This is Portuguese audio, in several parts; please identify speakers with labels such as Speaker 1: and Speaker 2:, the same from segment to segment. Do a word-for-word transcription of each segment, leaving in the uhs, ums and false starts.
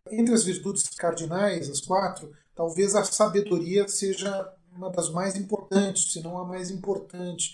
Speaker 1: entre as virtudes cardinais, as quatro, talvez a sabedoria seja uma das mais importantes, se não a mais importante.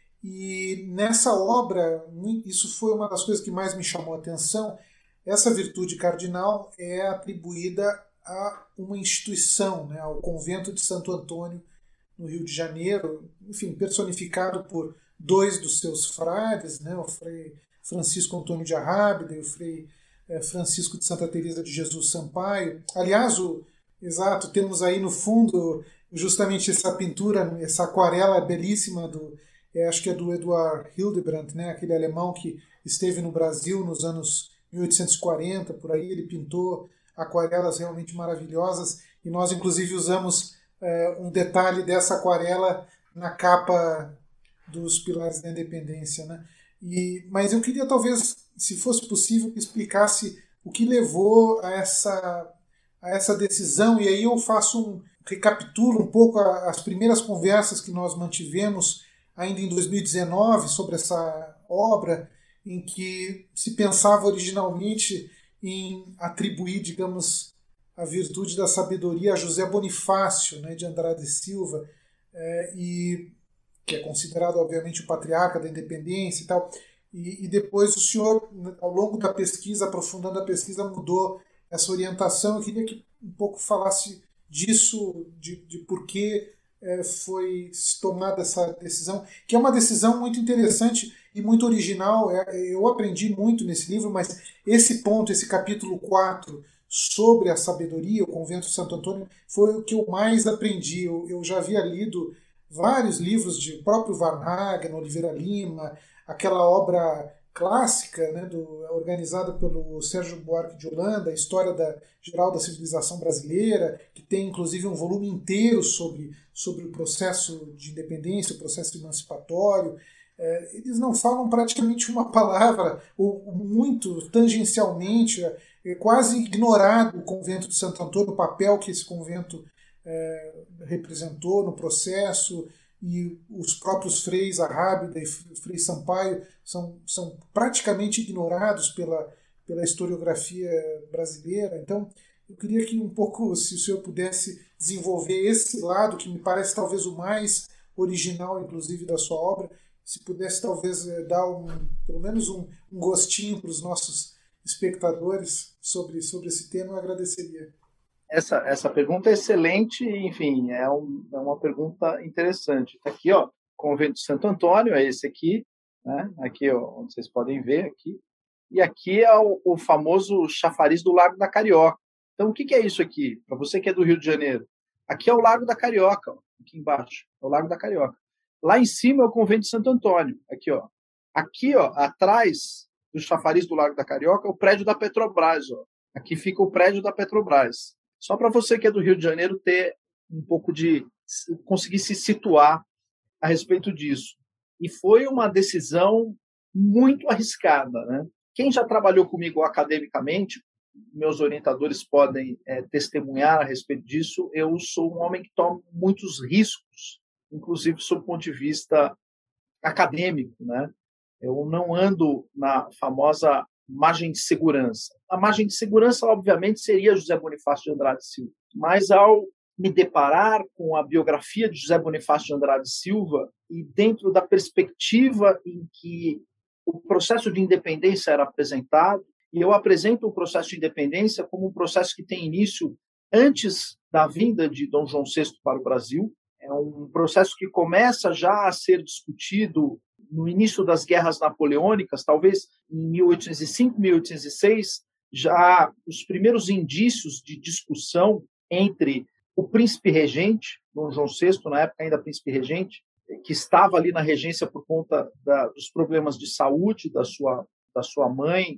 Speaker 1: E nessa obra, isso foi uma das coisas que mais me chamou a atenção. Essa virtude cardinal é atribuída a uma instituição, né, ao Convento de Santo Antônio, no Rio de Janeiro, enfim, personificado por dois dos seus frades, né, o Frei Francisco Antônio de Arrábida e o Frei Francisco de Santa Teresa de Jesus Sampaio. Aliás, o, exato, temos aí no fundo justamente essa pintura, essa aquarela belíssima do, é, acho que é do Eduard Hildebrandt, né, aquele alemão que esteve no Brasil nos anos mil oitocentos e quarenta, por aí. Ele pintou aquarelas realmente maravilhosas e nós inclusive usamos é, um detalhe dessa aquarela na capa dos Pilares da Independência, né? E, mas eu queria talvez, se fosse possível, que explicasse o que levou a essa, a essa decisão, e aí eu faço um recapitulo um pouco as primeiras conversas que nós mantivemos ainda em dois mil e dezenove sobre essa obra, em que se pensava originalmente em atribuir, digamos, a virtude da sabedoria a José Bonifácio, né, de Andrade Silva, é, e que é considerado, obviamente, o patriarca da independência e tal. E, e depois o senhor, ao longo da pesquisa, aprofundando a pesquisa, mudou essa orientação. Eu queria que um pouco falasse disso, de, de por que é, foi tomada essa decisão, que é uma decisão muito interessante e muito original. Eu aprendi muito nesse livro, mas esse ponto, esse capítulo quatro, sobre a sabedoria, o Convento de Santo Antônio, foi o que eu mais aprendi. Eu, eu já havia lido vários livros de próprio Varnhagen, Oliveira Lima, aquela obra clássica, né, do, organizada pelo Sérgio Buarque de Holanda, a História da, Geral da Civilização Brasileira, que tem inclusive um volume inteiro sobre, sobre o processo de independência, o processo emancipatório. É, eles não falam praticamente uma palavra, ou muito tangencialmente, é quase ignorado o Convento de Santo Antônio, o papel que esse convento é, representou no processo, e os próprios freis Arrábida e Frei Sampaio são, são praticamente ignorados pela, pela historiografia brasileira. Então, eu queria que um pouco, se o senhor pudesse desenvolver esse lado, que me parece talvez o mais original, inclusive, da sua obra, se pudesse talvez dar um, pelo menos um, um gostinho para os nossos espectadores sobre, sobre esse tema, eu agradeceria.
Speaker 2: Essa, essa pergunta é excelente, enfim, é, um, é uma pergunta interessante. Aqui, ó, Convento de Santo Antônio, é esse aqui, né? Aqui, ó, onde vocês podem ver, aqui. E aqui é o, o famoso chafariz do Lago da Carioca. Então, o que, que é isso aqui? Para você que é do Rio de Janeiro. Aqui é o Lago da Carioca, ó, aqui embaixo, é o Lago da Carioca. Lá em cima é o Convento de Santo Antônio, aqui, ó. Aqui, ó, atrás do chafariz do Lago da Carioca, é o prédio da Petrobras, ó. Aqui fica o prédio da Petrobras. Só para você que é do Rio de Janeiro ter um pouco de... conseguir se situar a respeito disso. E foi uma decisão muito arriscada, né? Quem já trabalhou comigo academicamente, meus orientadores podem é, testemunhar a respeito disso, eu sou um homem que toma muitos riscos, inclusive sob o ponto de vista acadêmico, né? Eu não ando na famosa margem de segurança. A margem de segurança, obviamente, seria José Bonifácio de Andrade Silva. Mas ao me deparar com a biografia de José Bonifácio de Andrade Silva e dentro da perspectiva em que o processo de independência era apresentado, e eu apresento o processo de independência como um processo que tem início antes da vinda de Dom João sexto para o Brasil. É um processo que começa já a ser discutido no início das guerras napoleônicas, talvez em mil oitocentos e cinco, mil oitocentos e seis, já os primeiros indícios de discussão entre o príncipe regente, Dom João sexto, na época ainda príncipe regente, que estava ali na regência por conta da, dos problemas de saúde da sua, da sua mãe,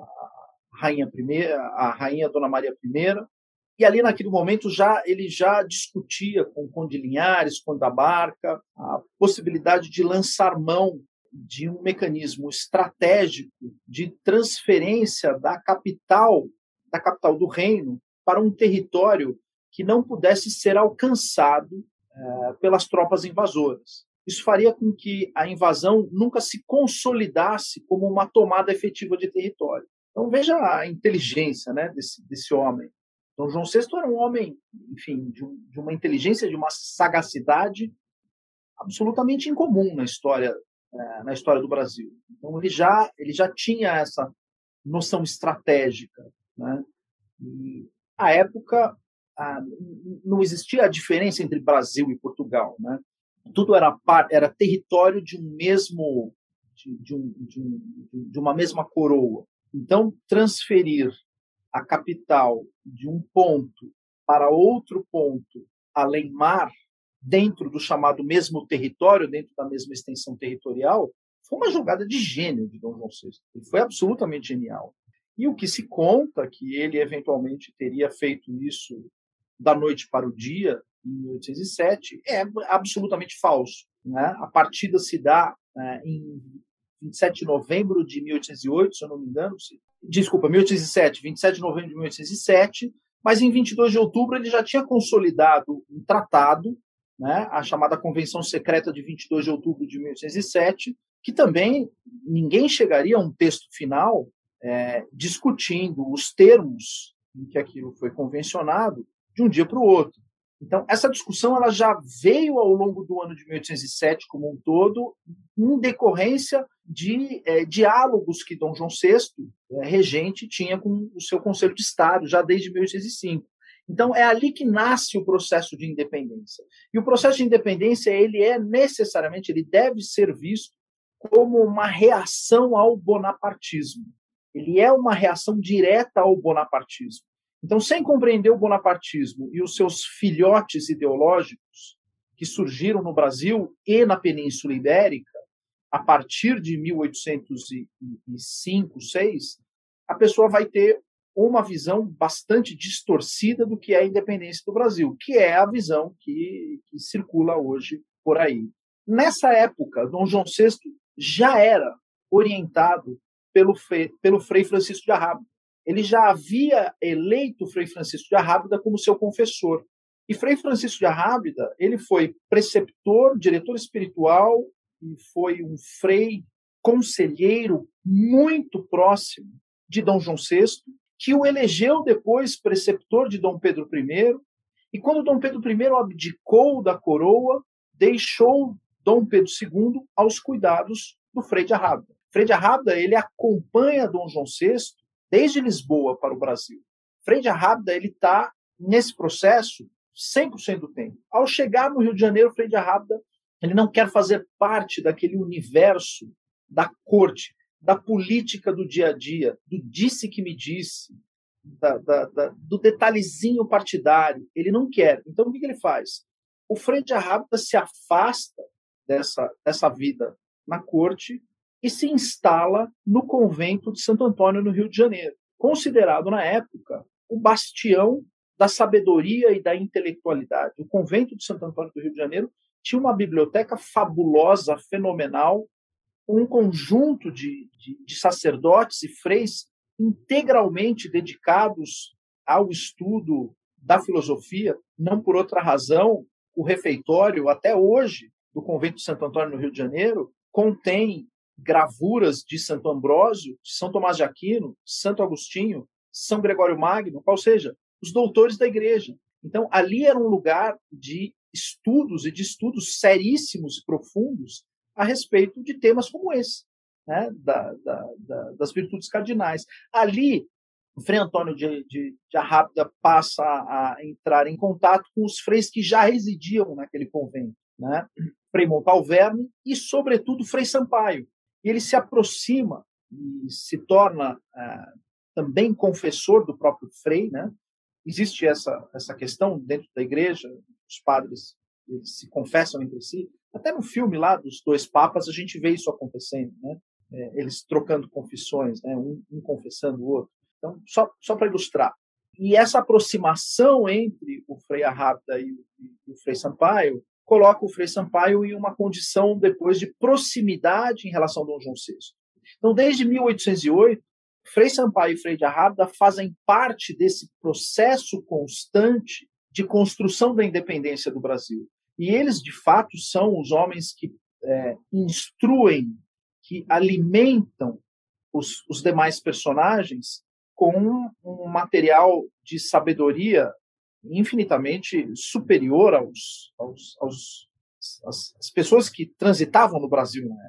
Speaker 2: a rainha, primeira, a rainha Dona Maria I, e ali naquele momento já ele já discutia com o Conde de Linhares, Conde da Barca, a possibilidade de lançar mão de um mecanismo estratégico de transferência da capital, da capital do reino para um território que não pudesse ser alcançado é, pelas tropas invasoras. Isso faria com que a invasão nunca se consolidasse como uma tomada efetiva de território. Então, veja a inteligência, né, desse, desse homem. Dom João sexto era um homem, enfim, de, um, de uma inteligência, de uma sagacidade absolutamente incomum na história, é, na história do Brasil. Então, ele já, ele já tinha essa noção estratégica, né? E, à época, a, não existia a diferença entre Brasil e Portugal, né? Tudo era, era território de um mesmo, de, de, um, de, um, de uma mesma coroa. Então, transferir a capital de um ponto para outro ponto além mar, dentro do chamado mesmo território, dentro da mesma extensão territorial, foi uma jogada de gênio de Dom João sexto. Ele foi absolutamente genial. E o que se conta que ele eventualmente teria feito isso da noite para o dia, em mil oitocentos e sete, é absolutamente falso, né? A partida se dá é, em vinte e sete de novembro de mil oitocentos e oito, se eu não me engano, se... desculpa, mil oitocentos e sete, vinte e sete de novembro de mil oitocentos e sete, mas em vinte e dois de outubro ele já tinha consolidado um tratado, né, a chamada Convenção Secreta de vinte e dois de outubro de mil oitocentos e sete, que também ninguém chegaria a um texto final é, discutindo os termos em que aquilo foi convencionado de um dia para o outro. Então, essa discussão ela já veio ao longo do ano de mil oitocentos e sete como um todo, em decorrência de é, diálogos que Dom João sexto, é, regente, tinha com o seu Conselho de Estado, já desde mil oitocentos e cinco. Então, é ali que nasce o processo de independência. E o processo de independência, ele é necessariamente, ele deve ser visto como uma reação ao bonapartismo. Ele é uma reação direta ao bonapartismo. Então, sem compreender o bonapartismo e os seus filhotes ideológicos que surgiram no Brasil e na Península Ibérica, a partir de mil oitocentos e cinco, seis, a pessoa vai ter uma visão bastante distorcida do que é a independência do Brasil, que é a visão que, que circula hoje por aí. Nessa época, Dom João sexto já era orientado pelo, Frei, pelo Frei Francisco de Arrábida. Ele já havia eleito o Frei Francisco de Arrábida como seu confessor. E Frei Francisco de Arrábida, ele foi preceptor, diretor espiritual e foi um frei conselheiro muito próximo de Dom João sexto, que o elegeu depois preceptor de Dom Pedro I, e quando Dom Pedro I abdicou da coroa, deixou Dom Pedro segundo aos cuidados do Frei de Arrábida. Frei de Arrábida, ele acompanha Dom João sexto desde Lisboa para o Brasil. Frei de Arrábida, ele está nesse processo cem por cento do tempo. Ao chegar no Rio de Janeiro, Frei de Arrábida, ele não quer fazer parte daquele universo da corte, da política do dia a dia, do disse que me disse, da, da, da, do detalhezinho partidário. Ele não quer. Então, o que, que ele faz? O Frei de Arrábida se afasta dessa, dessa vida na corte e se instala no convento de Santo Antônio, no Rio de Janeiro, considerado, na época, o bastião da sabedoria e da intelectualidade. O convento de Santo Antônio do Rio de Janeiro tinha uma biblioteca fabulosa, fenomenal, um conjunto de, de, de sacerdotes e freis integralmente dedicados ao estudo da filosofia. Não por outra razão, o refeitório, até hoje, do convento de Santo Antônio no Rio de Janeiro, contém gravuras de Santo Ambrósio, de São Tomás de Aquino, Santo Agostinho, São Gregório Magno, ou seja, os doutores da igreja. Então, ali era um lugar de estudos e de estudos seríssimos e profundos a respeito de temas como esse, né, da, da, da, das virtudes cardinais. Ali, o Frei Antônio de, de, de Arrábida passa a, a entrar em contato com os freis que já residiam naquele convento, né? Frei Montalverne e, sobretudo, Frei Sampaio. E ele se aproxima e se torna ah, também confessor do próprio Frei, né? Existe essa, essa questão dentro da igreja, os padres eles se confessam entre si. Até no filme lá dos dois papas a gente vê isso acontecendo, né? É, eles trocando confissões, né? um, um confessando o outro. Então, só, só para ilustrar. E essa aproximação entre o Frei Arrábida e, e o Frei Sampaio coloca o Frei Sampaio em uma condição depois de proximidade em relação a Dom João sexto. Então, desde mil oitocentos e oito, Frei Sampaio e Frei de Arrábida fazem parte desse processo constante de construção da independência do Brasil. E eles, de fato, são os homens que é, instruem, que alimentam os, os demais personagens com um, um material de sabedoria infinitamente superior aos, aos, aos as, as pessoas que transitavam no Brasil, né?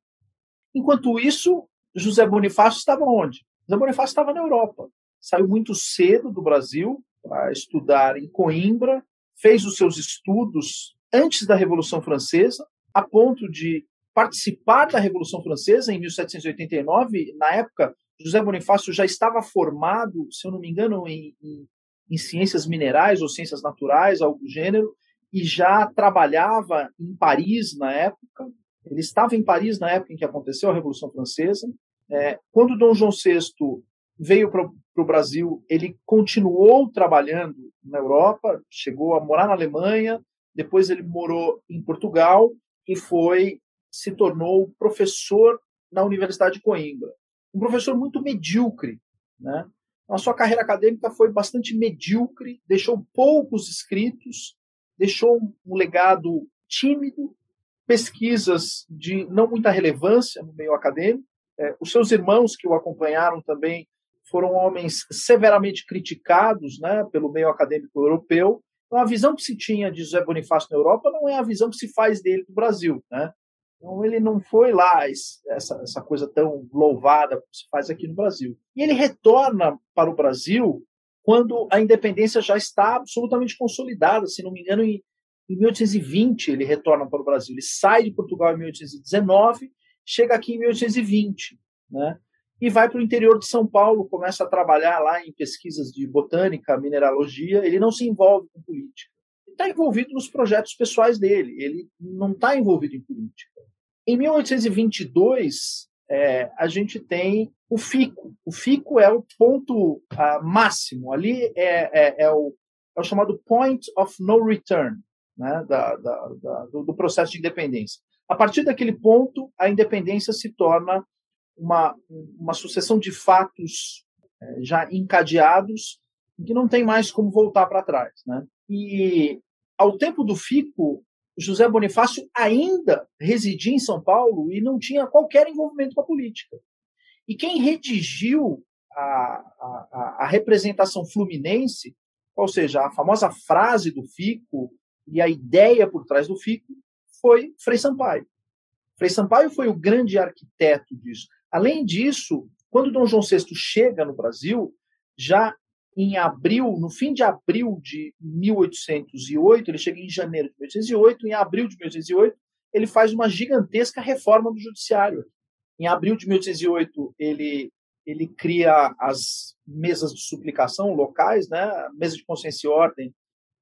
Speaker 2: Enquanto isso, José Bonifácio estava onde? José Bonifácio estava na Europa. Saiu muito cedo do Brasil para estudar em Coimbra, fez os seus estudos antes da Revolução Francesa, a ponto de participar da Revolução Francesa em mil setecentos e oitenta e nove. Na época, José Bonifácio já estava formado, se eu não me engano, em, em, em ciências minerais ou ciências naturais, algo do gênero, e já trabalhava em Paris na época. Ele estava em Paris na época em que aconteceu a Revolução Francesa. É, quando Dom João sexto veio para o Brasil, ele continuou trabalhando na Europa, chegou a morar na Alemanha, depois ele morou em Portugal e foi, se tornou professor na Universidade de Coimbra. Um professor muito medíocre, né? A sua carreira acadêmica foi bastante medíocre, deixou poucos escritos, deixou um legado tímido, pesquisas de não muita relevância no meio acadêmico. É, os seus irmãos que o acompanharam também foram homens severamente criticados, né, pelo meio acadêmico europeu. Então, a visão que se tinha de José Bonifácio na Europa não é a visão que se faz dele no Brasil, né? Então, ele não foi lá essa, essa coisa tão louvada como se faz aqui no Brasil. E ele retorna para o Brasil quando a independência já está absolutamente consolidada. Se não me engano, em, em mil oitocentos e vinte ele retorna para o Brasil. Ele sai de Portugal em mil oitocentos e dezenove, chega aqui em mil oitocentos e vinte, né? E vai para o interior de São Paulo, começa a trabalhar lá em pesquisas de botânica, mineralogia. Ele não se envolve com política. Ele está envolvido nos projetos pessoais dele. Ele não está envolvido em política. Em mil oitocentos e vinte e dois, é, a gente tem o FICO. O FICO é o ponto uh, máximo. Ali é, é, é, o, é o chamado Point of No Return, né, da, da, da, do, do processo de independência. A partir daquele ponto, a independência se torna uma, uma sucessão de fatos é, já encadeados que não tem mais como voltar para trás, né? E, ao tempo do FICO, José Bonifácio ainda residia em São Paulo e não tinha qualquer envolvimento com a política. E quem redigiu a, a, a representação fluminense, ou seja, a famosa frase do FICO e a ideia por trás do FICO, foi Frei Sampaio. Frei Sampaio foi o grande arquiteto disso. Além disso, quando Dom João sexto chega no Brasil, já em abril, no fim de abril de mil oitocentos e oito, ele chega em janeiro de mil oitocentos e oito, em abril de mil oitocentos e oito, ele faz uma gigantesca reforma do judiciário. Em abril de mil oitocentos e oito, ele, ele cria as mesas de suplicação locais, né? A mesa de consciência e ordem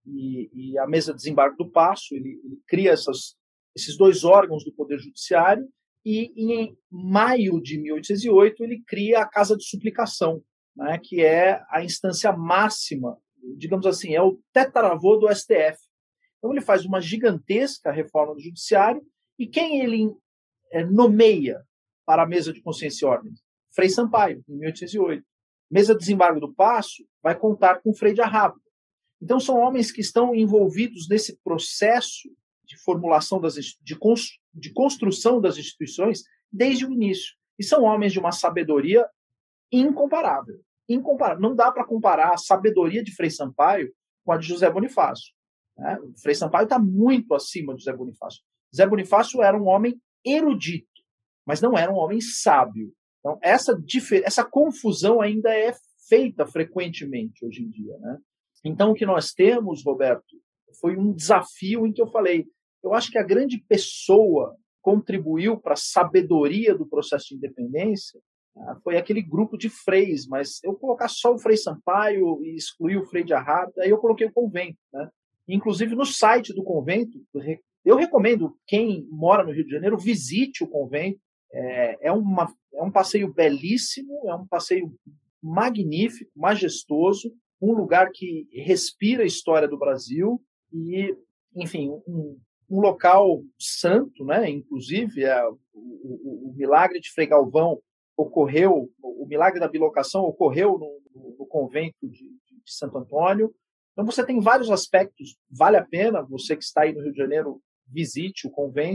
Speaker 2: e, e a mesa de desembargo do Paço. Ele, ele cria essas, esses dois órgãos do Poder Judiciário e, em maio de mil oitocentos e oito, ele cria a Casa de Suplicação, né, que é a instância máxima, digamos assim, é o tetaravô do S T F. Então ele faz uma gigantesca reforma do judiciário e quem ele é, nomeia para a mesa de consciência e ordem? Frei Sampaio, em mil oitocentos e oito. Mesa de desembargo do Paço vai contar com Frei de Arrábida. Então são homens que estão envolvidos nesse processo de formulação, das, de, cons, de construção das instituições desde o início. E são homens de uma sabedoria incomparável. Incomparável. Não dá para comparar a sabedoria de Frei Sampaio com a de José Bonifácio, né? O Frei Sampaio está muito acima de José Bonifácio. José Bonifácio era um homem erudito, mas não era um homem sábio. Então, essa, essa confusão ainda é feita frequentemente hoje em dia, né? Então, o que nós temos, Roberto, foi um desafio em que eu falei, eu acho que a grande pessoa contribuiu para a sabedoria do processo de independência foi aquele grupo de freis, mas eu colocar só o Frei Sampaio e excluir o Frei de Arrábida, aí eu coloquei o convento, né? Inclusive no site do convento, eu recomendo quem mora no Rio de Janeiro visite o convento. É, é, uma, é um passeio belíssimo, é um passeio magnífico, majestoso, um lugar que respira a história do Brasil e, enfim, um, um local santo, né? Inclusive é, o, o, o milagre de Frei Galvão ocorreu, o milagre da bilocação ocorreu no, no, no convento de, de Santo Antônio. Então você tem vários aspectos, vale a pena, você que está aí no Rio de Janeiro, visite o convento.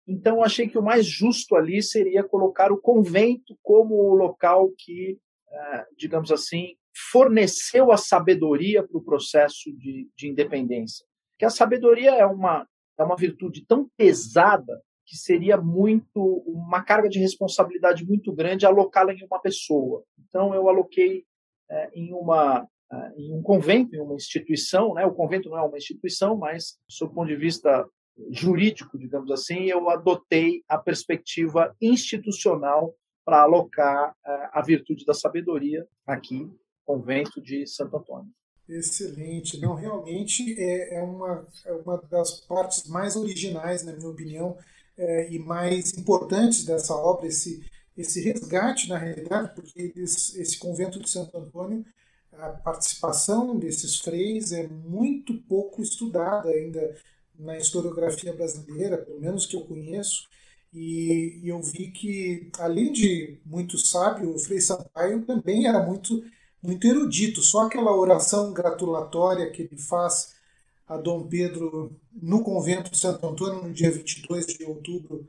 Speaker 2: Então, eu achei que o mais justo ali seria colocar o convento como o local que, digamos assim, forneceu a sabedoria para o processo de, de independência. Que a sabedoria é uma, é uma virtude tão pesada que seria muito uma carga de responsabilidade muito grande alocá-la em uma pessoa. Então, eu aloquei é, em, uma, é, em um convento, em uma instituição, né? O convento não é uma instituição, mas, do ponto de vista jurídico, digamos assim, eu adotei a perspectiva institucional para alocar é, a virtude da sabedoria aqui, convento de Santo Antônio.
Speaker 1: Excelente. Não, realmente é, é, uma, é uma das partes mais originais, na minha opinião, é, e mais importantes dessa obra, esse, esse resgate, na realidade, porque esse, esse convento de Santo Antônio, a participação desses freis é muito pouco estudada ainda na historiografia brasileira, pelo menos que eu conheço, e, e eu vi que, além de muito sábio, o Frei Sampaio também era muito, muito erudito. Só aquela oração gratulatória que ele faz a Dom Pedro no convento de Santo Antônio, no dia vinte e dois de outubro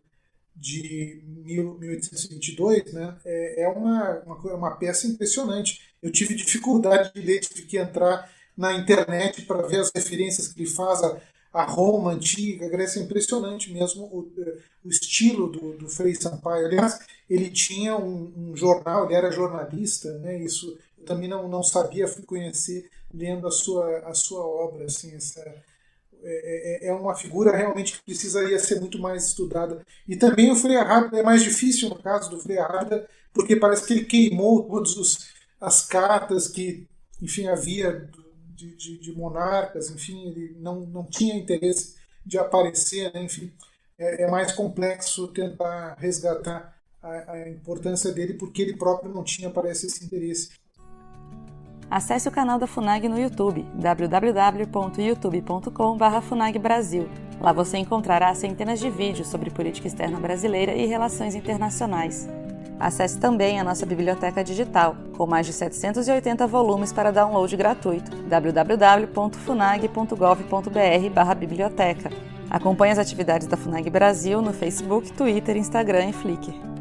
Speaker 1: de mil oitocentos e vinte e dois, né, é, é uma, uma, uma peça impressionante. Eu tive dificuldade de ler, tive que entrar na internet para ver as referências que ele faz a, a Roma antiga, a Grécia. É impressionante mesmo o, o estilo do, do Frei Sampaio. Aliás, ele tinha um, um jornal, ele era jornalista, né, isso eu também não, não sabia, fui conhecer lendo a sua, a sua obra. Assim, essa, é, é uma figura realmente que precisaria ser muito mais estudada. E também o Frei Arrábida é mais difícil no caso do Frei Arrábida, porque parece que ele queimou todas as cartas que, enfim, havia de, de, de monarcas, enfim, ele não, não tinha interesse de aparecer, né? Enfim, é, é mais complexo tentar resgatar a, a importância dele, porque ele próprio não tinha, parece, esse interesse.
Speaker 3: Acesse o canal da FUNAG no YouTube, w w w ponto youtube ponto com barra funag brasil. Lá você encontrará centenas de vídeos sobre política externa brasileira e relações internacionais. Acesse também a nossa biblioteca digital, com mais de setecentos e oitenta volumes para download gratuito, w w w ponto funag ponto gov ponto br barra biblioteca. Acompanhe as atividades da FUNAG Brasil no Facebook, Twitter, Instagram e Flickr.